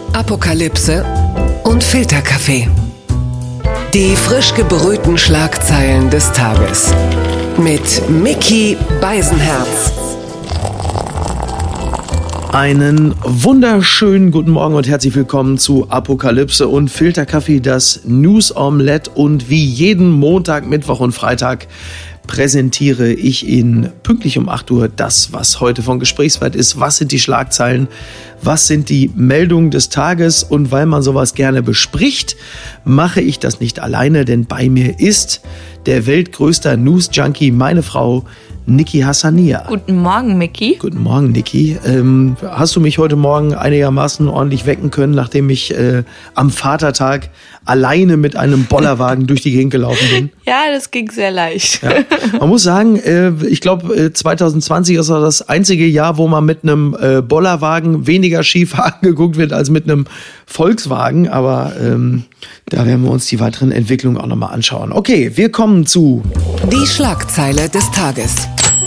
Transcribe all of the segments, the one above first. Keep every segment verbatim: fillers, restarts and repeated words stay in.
Apokalypse und Filterkaffee. Die frisch gebrühten Schlagzeilen des Tages. Mit Micky Beisenherz. Einen wunderschönen guten Morgen und herzlich willkommen zu Apokalypse und Filterkaffee, das News Omelette. Und wie jeden Montag, Mittwoch und Freitag präsentiere ich Ihnen pünktlich um acht Uhr das, was heute von Gesprächswert ist. Was sind die Schlagzeilen? Was sind die Meldungen des Tages? Und weil man sowas gerne bespricht, mache ich das nicht alleine, denn bei mir ist der weltgrößte News-Junkie, meine Frau Niki Hassania. Guten Morgen, Micky. Guten Morgen, Niki. Ähm, hast du mich heute Morgen einigermaßen ordentlich wecken können, nachdem ich äh, am Vatertag alleine mit einem Bollerwagen durch die Gegend gelaufen bin? Ja, das ging sehr leicht. Ja. Man muss sagen, äh, ich glaube, äh, zwanzig zwanzig ist auch das einzige Jahr, wo man mit einem äh, Bollerwagen weniger schief angeguckt wird als mit einem Volkswagen. Aber ähm, da werden wir uns die weiteren Entwicklungen auch nochmal anschauen. Okay, wir kommen zu Die Schlagzeile des Tages.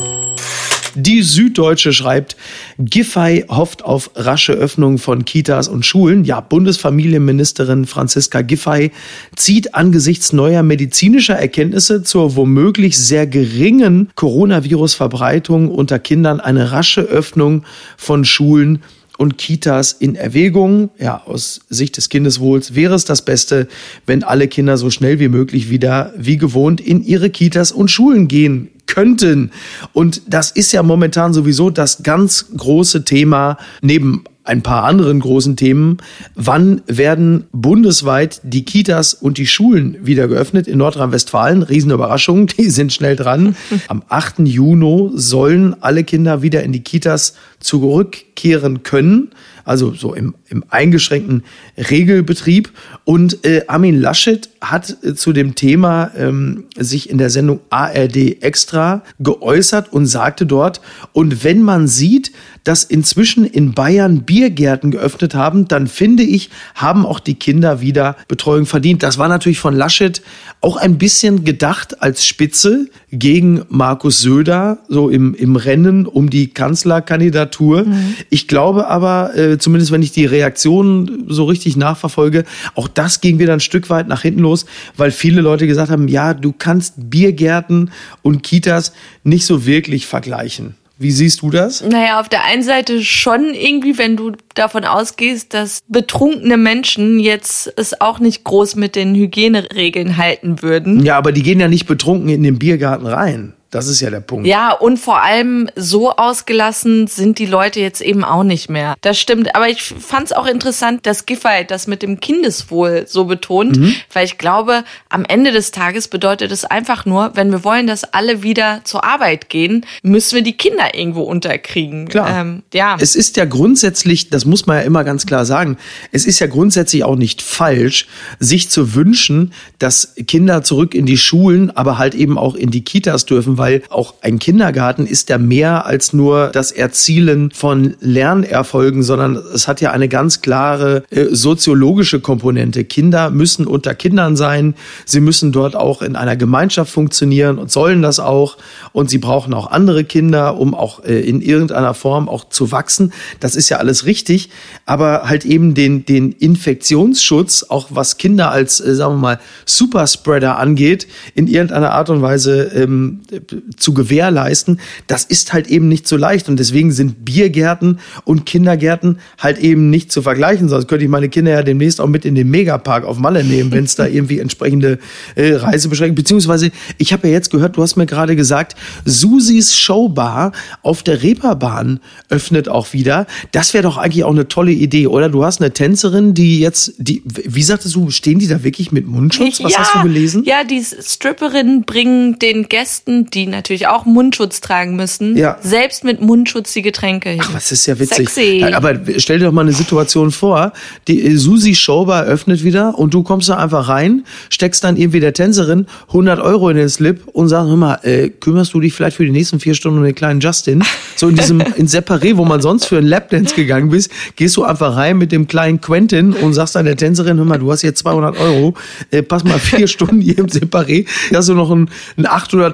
Die Süddeutsche schreibt, Giffey hofft auf rasche Öffnung von Kitas und Schulen. Ja, Bundesfamilienministerin Franziska Giffey zieht angesichts neuer medizinischer Erkenntnisse zur womöglich sehr geringen Coronavirus-Verbreitung unter Kindern eine rasche Öffnung von Schulen und Kitas in Erwägung. Ja, aus Sicht des Kindeswohls wäre es das Beste, wenn alle Kinder so schnell wie möglich wieder wie gewohnt in ihre Kitas und Schulen gehen könnten. Und das ist ja momentan sowieso das ganz große Thema, neben ein paar anderen großen Themen. Wann werden bundesweit die Kitas und die Schulen wieder geöffnet? In Nordrhein-Westfalen, Riesenüberraschung, die sind schnell dran. Am achten Juni sollen alle Kinder wieder in die Kitas zurückkehren können. Also so im, im eingeschränkten Regelbetrieb. Und äh, Armin Laschet hat äh, zu dem Thema ähm, sich in der Sendung A R D Extra geäußert und sagte dort, und wenn man sieht, dass inzwischen in Bayern Biergärten geöffnet haben, dann finde ich, haben auch die Kinder wieder Betreuung verdient. Das war natürlich von Laschet auch ein bisschen gedacht als Spitze gegen Markus Söder, so im, im Rennen um die Kanzlerkandidatur. Mhm. Ich glaube aber, äh, zumindest wenn ich die Reaktionen so richtig nachverfolge, auch das ging wieder ein Stück weit nach hinten los, weil viele Leute gesagt haben, ja, du kannst Biergärten und Kitas nicht so wirklich vergleichen. Wie siehst du das? Naja, auf der einen Seite schon irgendwie, wenn du davon ausgehst, dass betrunkene Menschen jetzt es auch nicht groß mit den Hygieneregeln halten würden. Ja, aber die gehen ja nicht betrunken in den Biergarten rein. Das ist ja der Punkt. Ja, und vor allem so ausgelassen sind die Leute jetzt eben auch nicht mehr. Das stimmt. Aber ich fand es auch interessant, dass Giffey das mit dem Kindeswohl so betont, mhm. weil ich glaube, am Ende des Tages bedeutet es einfach nur, wenn wir wollen, dass alle wieder zur Arbeit gehen, müssen wir die Kinder irgendwo unterkriegen. Klar. Ähm, ja. Es ist ja grundsätzlich, das muss man ja immer ganz klar sagen, es ist ja grundsätzlich auch nicht falsch, sich zu wünschen, dass Kinder zurück in die Schulen, aber halt eben auch in die Kitas dürfen, weil auch ein Kindergarten ist ja mehr als nur das Erzielen von Lernerfolgen, sondern es hat ja eine ganz klare äh, soziologische Komponente. Kinder müssen unter Kindern sein, sie müssen dort auch in einer Gemeinschaft funktionieren und sollen das auch, und sie brauchen auch andere Kinder, um auch äh, in irgendeiner Form auch zu wachsen. Das ist ja alles richtig, aber halt eben den, den Infektionsschutz, auch was Kinder als, äh, sagen wir mal, Superspreader angeht, in irgendeiner Art und Weise ähm, zu gewährleisten, das ist halt eben nicht so leicht, und deswegen sind Biergärten und Kindergärten halt eben nicht zu vergleichen, sonst könnte ich meine Kinder ja demnächst auch mit in den Megapark auf Malle nehmen, wenn es da irgendwie entsprechende äh, Reisebeschränkungen, beziehungsweise ich habe ja jetzt gehört, du hast mir gerade gesagt, Susis Showbar auf der Reeperbahn öffnet auch wieder. Das wäre doch eigentlich auch eine tolle Idee, oder? Du hast eine Tänzerin, die jetzt, die, wie sagtest du, stehen die da wirklich mit Mundschutz? Was ja, hast du gelesen? Ja, die Stripperinnen bringen den Gästen, die natürlich auch Mundschutz tragen müssen, ja. selbst mit Mundschutz die Getränke hin. Ach, was ist ja witzig. Sexy. Aber stell dir doch mal eine Situation vor, die Susi Showbar öffnet wieder und du kommst da einfach rein, steckst dann irgendwie der Tänzerin hundert Euro in den Slip und sagst, hör mal, äh, kümmerst du dich vielleicht für die nächsten vier Stunden um den kleinen Justin? So in diesem, in Separé, wo man sonst für einen Lapdance gegangen bist, gehst du einfach rein mit dem kleinen Quentin und sagst dann der Tänzerin, hör mal, du hast jetzt zweihundert Euro, äh, pass mal vier Stunden hier im Separé, hast du noch ein, ein achthundertteiliges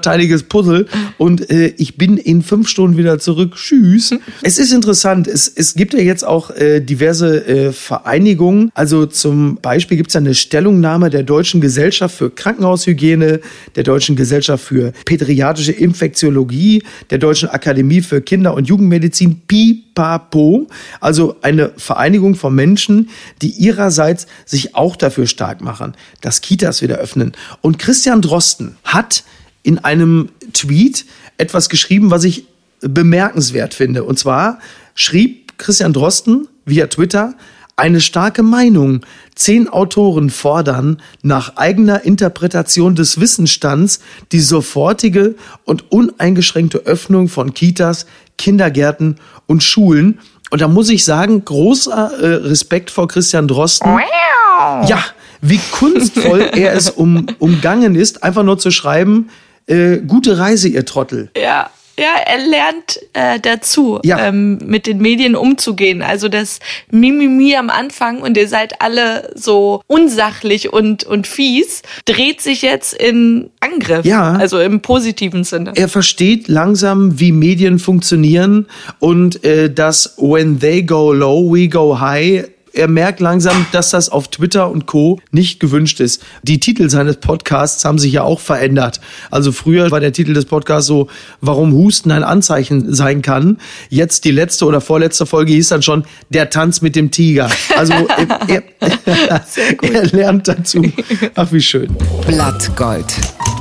Puzzle und äh, ich bin in fünf Stunden wieder zurück. Tschüss. Es ist interessant. Es, es gibt ja jetzt auch äh, diverse äh, Vereinigungen. Also zum Beispiel gibt es eine Stellungnahme der Deutschen Gesellschaft für Krankenhaushygiene, der Deutschen Gesellschaft für Pädiatrische Infektiologie, der Deutschen Akademie für Kinder- und Jugendmedizin, Pipapo. Also eine Vereinigung von Menschen, die ihrerseits sich auch dafür stark machen, dass Kitas wieder öffnen. Und Christian Drosten hat in einem Tweet etwas geschrieben, was ich bemerkenswert finde. Und zwar schrieb Christian Drosten via Twitter: Eine starke Meinung. Zehn Autoren fordern nach eigener Interpretation des Wissensstands die sofortige und uneingeschränkte Öffnung von Kitas, Kindergärten und Schulen. Und da muss ich sagen, großer äh, Respekt vor Christian Drosten. Ja, wie kunstvoll er es um, umgangen ist, einfach nur zu schreiben, äh, gute Reise, ihr Trottel. Ja. Ja, er lernt äh, dazu, ja. ähm, mit den Medien umzugehen. Also das Mimimi am Anfang und ihr seid alle so unsachlich und, und fies, dreht sich jetzt in Angriff. Ja. Also im positiven Sinne. Er versteht langsam, wie Medien funktionieren und äh, dass when they go low, we go high. Er merkt langsam, dass das auf Twitter und Co. nicht gewünscht ist. Die Titel seines Podcasts haben sich ja auch verändert. Also früher war der Titel des Podcasts so, warum Husten ein Anzeichen sein kann. Jetzt die letzte oder vorletzte Folge hieß dann schon, der Tanz mit dem Tiger. Also er, er, er lernt dazu. Ach, wie schön. Blattgold.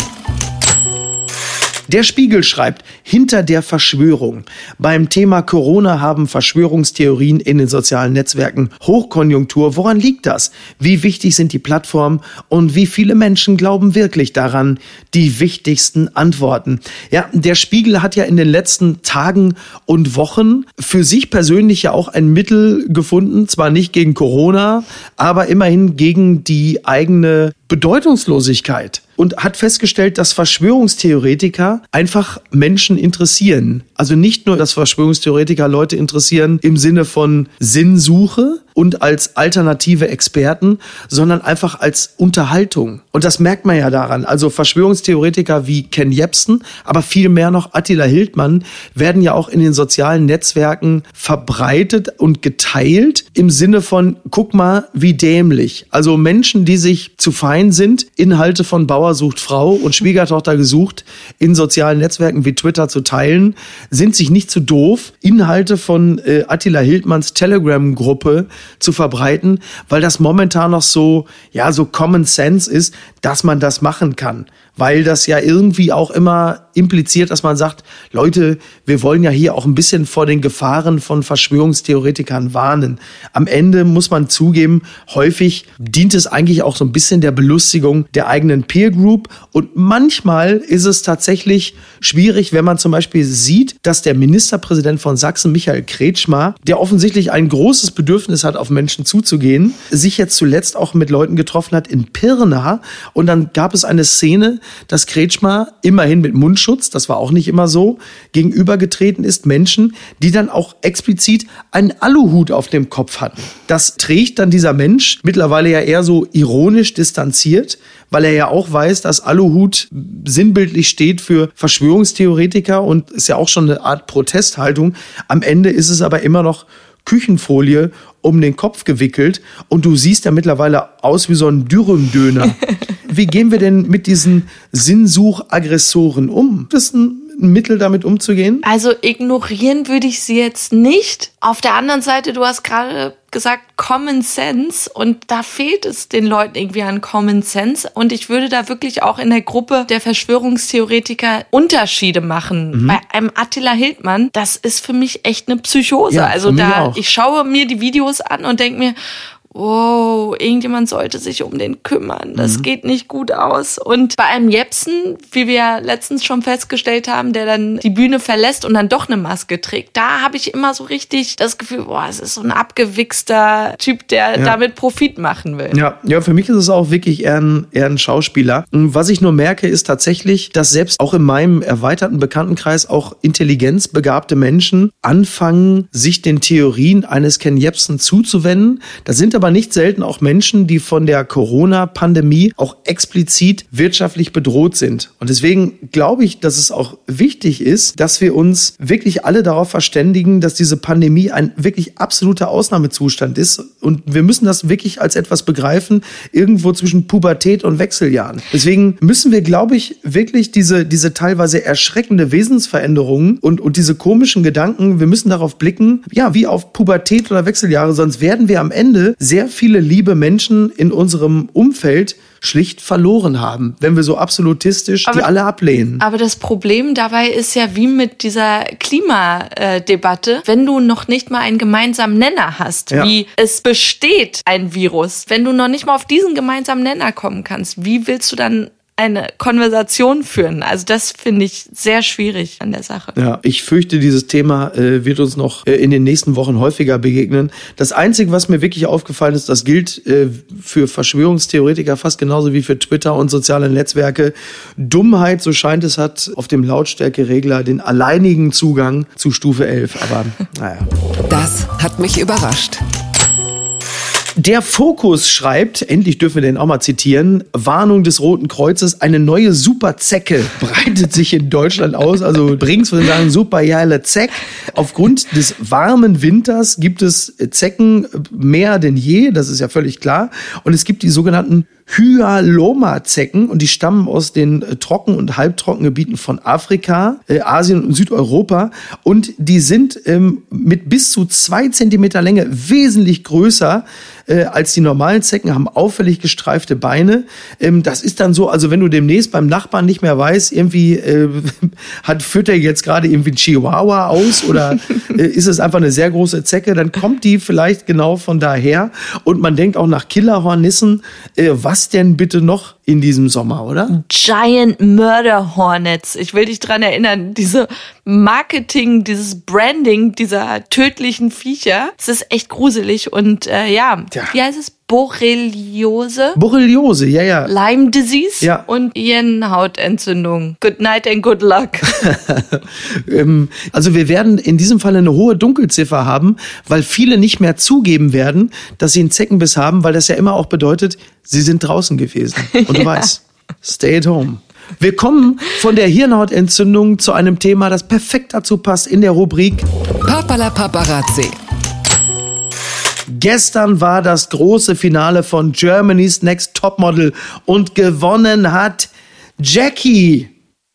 Der Spiegel schreibt, hinter der Verschwörung. Beim Thema Corona haben Verschwörungstheorien in den sozialen Netzwerken Hochkonjunktur. Woran liegt das? Wie wichtig sind die Plattformen und wie viele Menschen glauben wirklich daran? Die wichtigsten Antworten. Ja, der Spiegel hat ja in den letzten Tagen und Wochen für sich persönlich ja auch ein Mittel gefunden, zwar nicht gegen Corona, aber immerhin gegen die eigene Bedeutungslosigkeit. Und hat festgestellt, dass Verschwörungstheoretiker einfach Menschen interessieren. Also nicht nur, dass Verschwörungstheoretiker Leute interessieren im Sinne von Sinnsuche und als alternative Experten, sondern einfach als Unterhaltung. Und das merkt man ja daran. Also Verschwörungstheoretiker wie Ken Jebsen, aber viel mehr noch Attila Hildmann, werden ja auch in den sozialen Netzwerken verbreitet und geteilt im Sinne von, guck mal, wie dämlich. Also Menschen, die sich zu fein sind, Inhalte von Bauer sucht Frau und Schwiegertochter gesucht in sozialen Netzwerken wie Twitter zu teilen, sind sich nicht zu doof, Inhalte von äh, Attila Hildmanns Telegram-Gruppe zu verbreiten, weil das momentan noch so, ja, so Common Sense ist, dass man das machen kann. Weil das ja irgendwie auch immer impliziert, dass man sagt, Leute, wir wollen ja hier auch ein bisschen vor den Gefahren von Verschwörungstheoretikern warnen. Am Ende muss man zugeben, häufig dient es eigentlich auch so ein bisschen der Belustigung der eigenen Peer Group. Und manchmal ist es tatsächlich schwierig, wenn man zum Beispiel sieht, dass der Ministerpräsident von Sachsen, Michael Kretschmer, der offensichtlich ein großes Bedürfnis hat, auf Menschen zuzugehen, sich jetzt zuletzt auch mit Leuten getroffen hat in Pirna. Und dann gab es eine Szene, dass Kretschmer immerhin mit Mundschutz, das war auch nicht immer so, gegenübergetreten ist Menschen, die dann auch explizit einen Aluhut auf dem Kopf hatten. Das trägt dann dieser Mensch mittlerweile ja eher so ironisch distanziert, weil er ja auch weiß, dass Aluhut sinnbildlich steht für Verschwörungstheoretiker und ist ja auch schon eine Art Protesthaltung. Am Ende ist es aber immer noch Küchenfolie um den Kopf gewickelt und du siehst ja mittlerweile aus wie so ein Dürüm-Döner. Wie gehen wir denn mit diesen Sinnsuchaggressoren um? Das ist ein Mittel, damit umzugehen? Also ignorieren würde ich sie jetzt nicht. Auf der anderen Seite, du hast gerade gesagt, Common Sense, und da fehlt es den Leuten irgendwie an Common Sense, und ich würde da wirklich auch in der Gruppe der Verschwörungstheoretiker Unterschiede machen. Mhm. Bei einem Attila Hildmann, das ist für mich echt eine Psychose. Ja, also da, auch. ich schaue mir die Videos an und denke mir, wow, irgendjemand sollte sich um den kümmern. Das mhm. geht nicht gut aus. Und bei einem Jebsen, wie wir letztens schon festgestellt haben, der dann die Bühne verlässt und dann doch eine Maske trägt, da habe ich immer so richtig das Gefühl, boah, es ist so ein abgewichster Typ, der ja. damit Profit machen will. Ja, ja, für mich ist es auch wirklich eher ein, eher ein Schauspieler. Und was ich nur merke, ist tatsächlich, dass selbst auch in meinem erweiterten Bekanntenkreis auch intelligenzbegabte Menschen anfangen, sich den Theorien eines Ken Jebsen zuzuwenden. Da sind aber nicht selten auch Menschen, die von der Corona-Pandemie auch explizit wirtschaftlich bedroht sind. Und deswegen glaube ich, dass es auch wichtig ist, dass wir uns wirklich alle darauf verständigen, dass diese Pandemie ein wirklich absoluter Ausnahmezustand ist. Und wir müssen das wirklich als etwas begreifen, irgendwo zwischen Pubertät und Wechseljahren. Deswegen müssen wir, glaube ich, wirklich diese, diese teilweise erschreckende Wesensveränderungen und, und diese komischen Gedanken, wir müssen darauf blicken, ja, wie auf Pubertät oder Wechseljahre, sonst werden wir am Ende sehr viele liebe Menschen in unserem Umfeld schlicht verloren haben, wenn wir so absolutistisch aber, die alle ablehnen. Aber das Problem dabei ist ja wie mit dieser Klimadebatte, wenn du noch nicht mal einen gemeinsamen Nenner hast, ja. wie es besteht ein Virus, wenn du noch nicht mal auf diesen gemeinsamen Nenner kommen kannst, wie willst du dann eine Konversation führen? Also das finde ich sehr schwierig an der Sache. Ja, ich fürchte, dieses Thema äh, wird uns noch äh, in den nächsten Wochen häufiger begegnen. Das Einzige, was mir wirklich aufgefallen ist, das gilt äh, für Verschwörungstheoretiker fast genauso wie für Twitter und soziale Netzwerke. Dummheit, so scheint es, hat auf dem Lautstärkeregler den alleinigen Zugang zu Stufe elf. Aber naja. Das hat mich überrascht. Der Fokus schreibt, endlich dürfen wir den auch mal zitieren, Warnung des Roten Kreuzes, eine neue Superzecke breitet sich in Deutschland aus. Also Brings würde sagen, super geile Zeck. Aufgrund des warmen Winters gibt es Zecken mehr denn je, das ist ja völlig klar. Und es gibt die sogenannten Hyaloma-Zecken und die stammen aus den Trocken- und Halbtrockengebieten von Afrika, äh, Asien und Südeuropa und die sind ähm, mit bis zu zwei Zentimeter Länge wesentlich größer äh, als die normalen Zecken, haben auffällig gestreifte Beine. Ähm, das ist dann so, also wenn du demnächst beim Nachbarn nicht mehr weißt, irgendwie äh, hat führt er jetzt gerade irgendwie ein Chihuahua aus oder äh, ist es einfach eine sehr große Zecke, dann kommt die vielleicht genau von daher und man denkt auch nach Killerhornissen, äh, was denn bitte noch in diesem Sommer, oder? Giant Murder Hornets. Ich will dich dran erinnern, diese Marketing, dieses Branding dieser tödlichen Viecher, es ist echt gruselig und äh, ja, Tja. wie heißt es? Borreliose. Borreliose, ja, ja. Lyme Disease ja. und Hirnhautentzündung. Good night and good luck. ähm, also wir werden in diesem Fall eine hohe Dunkelziffer haben, weil viele nicht mehr zugeben werden, dass sie einen Zeckenbiss haben, weil das ja immer auch bedeutet, sie sind draußen gewesen. Und du ja. weißt, stay at home. Wir kommen von der Hirnhautentzündung zu einem Thema, das perfekt dazu passt in der Rubrik Papala Paparazzi. Gestern war das große Finale von Germany's Next Topmodel und gewonnen hat Jackie.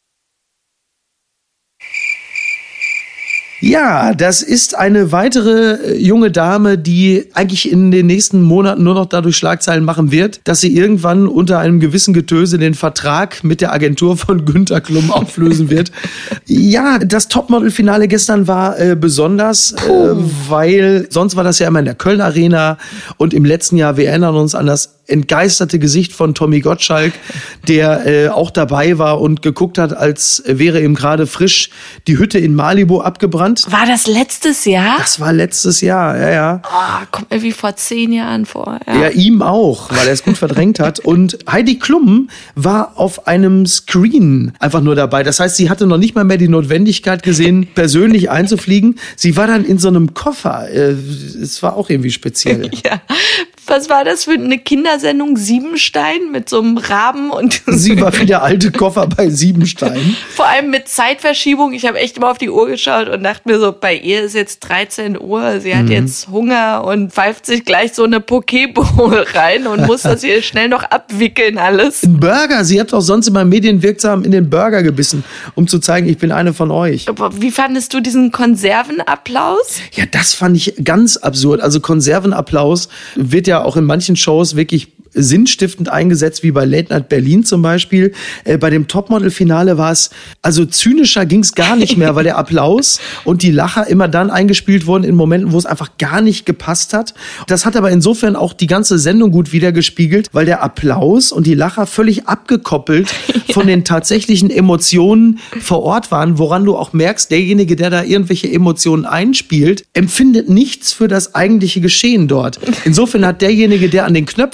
Ja, das ist eine weitere junge Dame, die eigentlich in den nächsten Monaten nur noch dadurch Schlagzeilen machen wird, dass sie irgendwann unter einem gewissen Getöse den Vertrag mit der Agentur von Günter Klum auflösen wird. Ja, das Topmodel-Finale gestern war äh, besonders, äh, weil sonst war das ja immer in der Köln Arena und im letzten Jahr, wir erinnern uns an das entgeisterte Gesicht von Tommy Gottschalk, der äh, auch dabei war und geguckt hat, als wäre ihm gerade frisch die Hütte in Malibu abgebrannt. War das letztes Jahr? Das war letztes Jahr, ja, ja. Oh, kommt mir wie vor zehn Jahren vor. Ja, ja ihm auch, weil er es gut verdrängt hat. Und Heidi Klum war auf einem Screen einfach nur dabei. Das heißt, sie hatte noch nicht mal mehr die Notwendigkeit gesehen, persönlich einzufliegen. Sie war dann in so einem Koffer. Es war auch irgendwie speziell. Ja. Was war das für eine Kindersendung? Siebenstein mit so einem Raben und sie war wie der alte Koffer bei Siebenstein. Vor allem mit Zeitverschiebung. Ich habe echt immer auf die Uhr geschaut und dachte mir so, bei ihr ist jetzt dreizehn Uhr, sie hat mhm. jetzt Hunger und pfeift sich gleich so eine Pokéball rein und muss das hier schnell noch abwickeln alles. Ein Burger, sie hat auch sonst immer medienwirksam in den Burger gebissen, um zu zeigen, ich bin eine von euch. Aber wie fandest du diesen Konservenapplaus? Ja, das fand ich ganz absurd. Also Konservenapplaus wird ja auch in manchen Shows wirklich sinnstiftend eingesetzt, wie bei Late Night Berlin zum Beispiel. Äh, bei dem Topmodel-Finale war es, also zynischer ging es gar nicht mehr, weil der Applaus und die Lacher immer dann eingespielt wurden in Momenten, wo es einfach gar nicht gepasst hat. Das hat aber insofern auch die ganze Sendung gut wiedergespiegelt, weil der Applaus und die Lacher völlig abgekoppelt ja. von den tatsächlichen Emotionen vor Ort waren, woran du auch merkst, derjenige, der da irgendwelche Emotionen einspielt, empfindet nichts für das eigentliche Geschehen dort. Insofern hat derjenige, der an den Knöpfen war,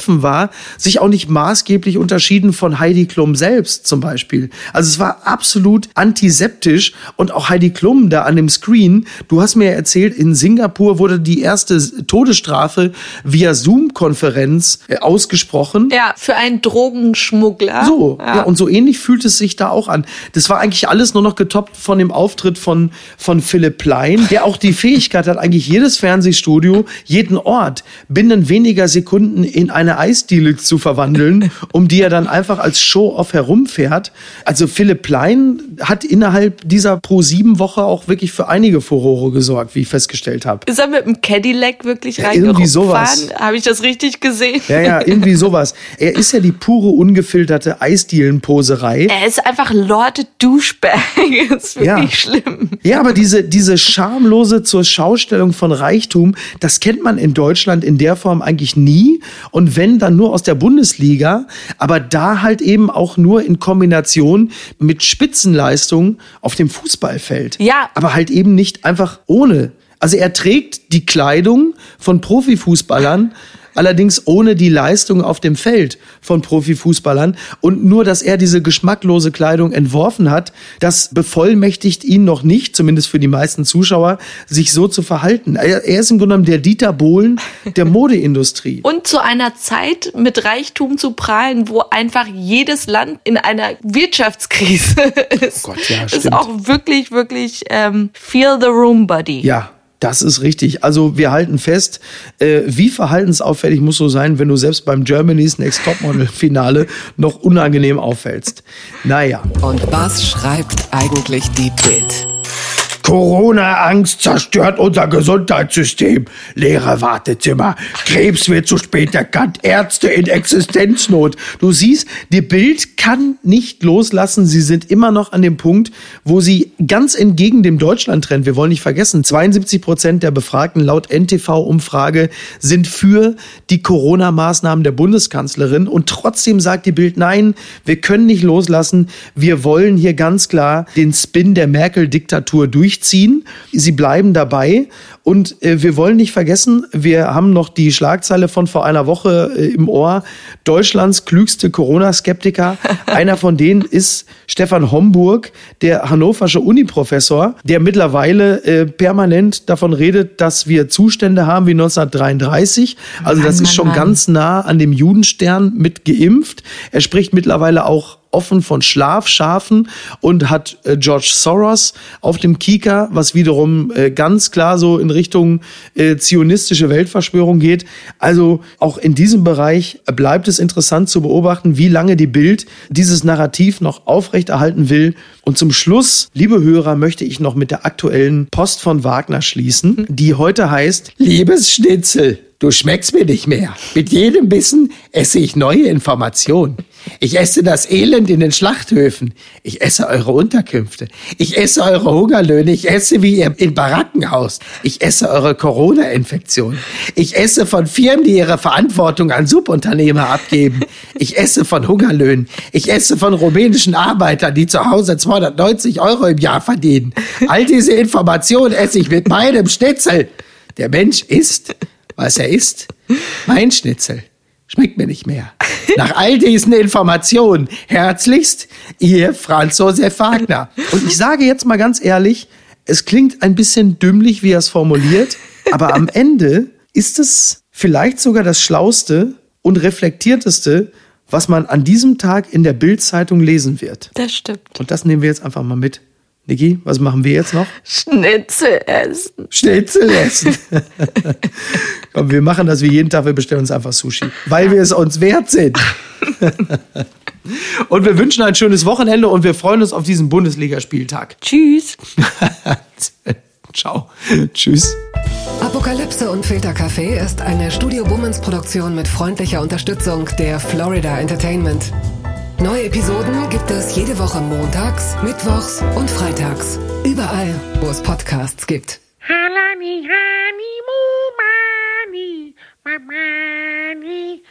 ja sich auch nicht maßgeblich unterschieden von Heidi Klum selbst zum Beispiel. Also es war absolut antiseptisch und auch Heidi Klum da an dem Screen. Du hast mir ja erzählt, in Singapur wurde die erste Todesstrafe via Zoom-Konferenz äh, ausgesprochen. Ja, für einen Drogenschmuggler. So, ja. ja, und so ähnlich fühlt es sich da auch an. Das war eigentlich alles nur noch getoppt von dem Auftritt von, von Philipp Plein, der auch die Fähigkeit hat, eigentlich jedes Fernsehstudio, jeden Ort binnen weniger Sekunden in eine Eisdiele zu verwandeln, um die er dann einfach als Show-Off herumfährt. Also Philipp Plein hat innerhalb dieser Pro sieben Woche auch wirklich für einige Furore gesorgt, wie ich festgestellt habe. Ist er mit dem Cadillac wirklich ja, irgendwie sowas. Habe ich das richtig gesehen? Ja, ja, irgendwie sowas. Er ist ja die pure, ungefilterte Eisdielenposerei. Er ist einfach Lord Douchebag. Das ist wirklich ja. schlimm. Ja, aber diese, diese schamlose zur Schaustellung von Reichtum, das kennt man in Deutschland in der Form eigentlich nie. Und wenn, dann nur aus der Bundesliga. Aber da halt eben auch nur in Kombination mit Spitzenleistung auf dem Fußballfeld. Ja. Aber halt eben nicht einfach ohne. Also er trägt die Kleidung von Profifußballern, allerdings ohne die Leistung auf dem Feld von Profifußballern. Und nur, dass er diese geschmacklose Kleidung entworfen hat, das bevollmächtigt ihn noch nicht, zumindest für die meisten Zuschauer, sich so zu verhalten. Er, er ist im Grunde genommen der Dieter Bohlen der Modeindustrie. Und zu einer Zeit mit Reichtum zu prahlen, wo einfach jedes Land in einer Wirtschaftskrise ist. Oh Gott, ja, stimmt. Ist auch wirklich, wirklich ähm, feel the room, buddy. Ja. Das ist richtig. Also wir halten fest, äh, wie verhaltensauffällig musst du sein, wenn du selbst beim Germany's Next Topmodel-Finale noch unangenehm auffällst. Naja. Und was schreibt eigentlich die Bild? Corona-Angst zerstört unser Gesundheitssystem. Leere Wartezimmer. Krebs wird zu spät erkannt. Ärzte in Existenznot. Du siehst, die Bild kann nicht loslassen. Sie sind immer noch an dem Punkt, wo sie ganz entgegen dem Deutschland-Trend, wir wollen nicht vergessen, zweiundsiebzig Prozent der Befragten laut N T V-Umfrage sind für die Corona-Maßnahmen der Bundeskanzlerin. Und trotzdem sagt die Bild, nein, wir können nicht loslassen. Wir wollen hier ganz klar den Spin der Merkel-Diktatur durchziehen. Sie bleiben dabei und äh, wir wollen nicht vergessen, wir haben noch die Schlagzeile von vor einer Woche äh, im Ohr, Deutschlands klügste Corona-Skeptiker. Einer von denen ist Stefan Homburg, der hannoversche Uniprofessor, der mittlerweile äh, permanent davon redet, dass wir Zustände haben wie neunzehnhundertdreiunddreißig. Also das Mann, ist schon Mann, ganz nah an dem Judenstern mit geimpft. Er spricht mittlerweile auch offen von Schlafschafen und hat äh, George Soros auf dem Kieker, was wiederum äh, ganz klar so in Richtung äh, zionistische Weltverschwörung geht. Also auch in diesem Bereich bleibt es interessant zu beobachten, wie lange die Bild dieses Narrativ noch aufrechterhalten will. Und zum Schluss, liebe Hörer, möchte ich noch mit der aktuellen Post von Wagner schließen, die heute heißt: Liebes Schnitzel, du schmeckst mir nicht mehr. Mit jedem Bissen esse ich neue Informationen. Ich esse das Elend in den Schlachthöfen. Ich esse eure Unterkünfte. Ich esse eure Hungerlöhne. Ich esse wie ihr in Baracken haust. Ich esse eure Corona-Infektion. Ich esse von Firmen, die ihre Verantwortung an Subunternehmer abgeben. Ich esse von Hungerlöhnen. Ich esse von rumänischen Arbeitern, die zu Hause zweihundertneunzig Euro im Jahr verdienen. All diese Informationen esse ich mit meinem Schnitzel. Der Mensch isst, was er isst. Mein Schnitzel schmeckt mir nicht mehr. Nach all diesen Informationen, herzlichst, Ihr Franz Josef Wagner. Und ich sage jetzt mal ganz ehrlich, es klingt ein bisschen dümmlich, wie er es formuliert, aber am Ende ist es vielleicht sogar das Schlauste und Reflektierteste, was man an diesem Tag in der Bild-Zeitung lesen wird. Das stimmt. Und das nehmen wir jetzt einfach mal mit. Niki, was machen wir jetzt noch? Schnitzel essen. Schnitzel essen. Komm, wir machen das wie jeden Tag, wir bestellen uns einfach Sushi, weil wir es uns wert sind. Und wir wünschen ein schönes Wochenende und wir freuen uns auf diesen Bundesligaspieltag. Tschüss. Ciao. Tschüss. Apokalypse und Filtercafé ist eine Studio Bummens Produktion mit freundlicher Unterstützung der Florida Entertainment. Neue Episoden gibt es jede Woche montags, mittwochs und freitags. Überall, wo es Podcasts gibt. Halani, hani, mumani, mamani,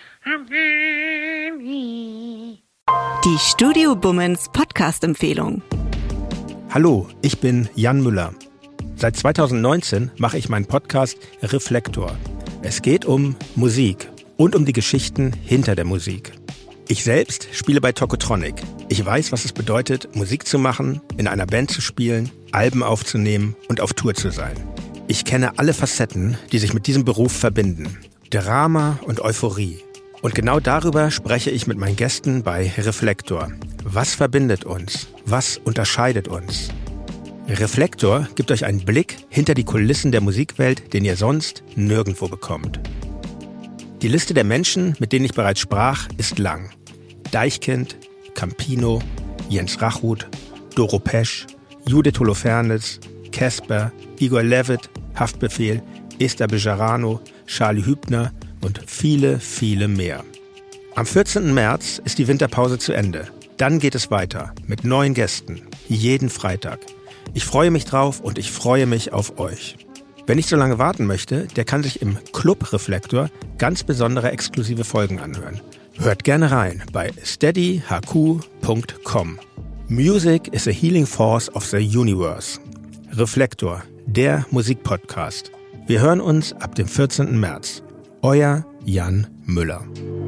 hamani. Die Studio Bummens Podcast-Empfehlung. Hallo, ich bin Jan Müller. Seit zweitausendneunzehn mache ich meinen Podcast Reflektor. Es geht um Musik. und um die Geschichten hinter der Musik. Ich selbst spiele bei Tokotronic. Ich weiß, was es bedeutet, Musik zu machen, in einer Band zu spielen, Alben aufzunehmen und auf Tour zu sein. Ich kenne alle Facetten, die sich mit diesem Beruf verbinden. Drama und Euphorie. Und genau darüber spreche ich mit meinen Gästen bei Reflektor. Was verbindet uns? Was unterscheidet uns? Reflektor gibt euch einen Blick hinter die Kulissen der Musikwelt, den ihr sonst nirgendwo bekommt. Die Liste der Menschen, mit denen ich bereits sprach, ist lang. Deichkind, Campino, Jens Rachut, Doro Pesch, Judith Holofernes, Casper, Igor Levit, Haftbefehl, Esther Bejarano, Charlie Hübner und viele, viele mehr. Am vierzehnten März ist die Winterpause zu Ende. Dann geht es weiter mit neuen Gästen, jeden Freitag. Ich freue mich drauf und ich freue mich auf euch. Wer nicht so lange warten möchte, der kann sich im Club Reflektor ganz besondere exklusive Folgen anhören. Hört gerne rein bei steady h q punkt com. Music is a healing force of the universe. Reflektor, der Musikpodcast. Wir hören uns ab dem vierzehnten März. Euer Jan Müller.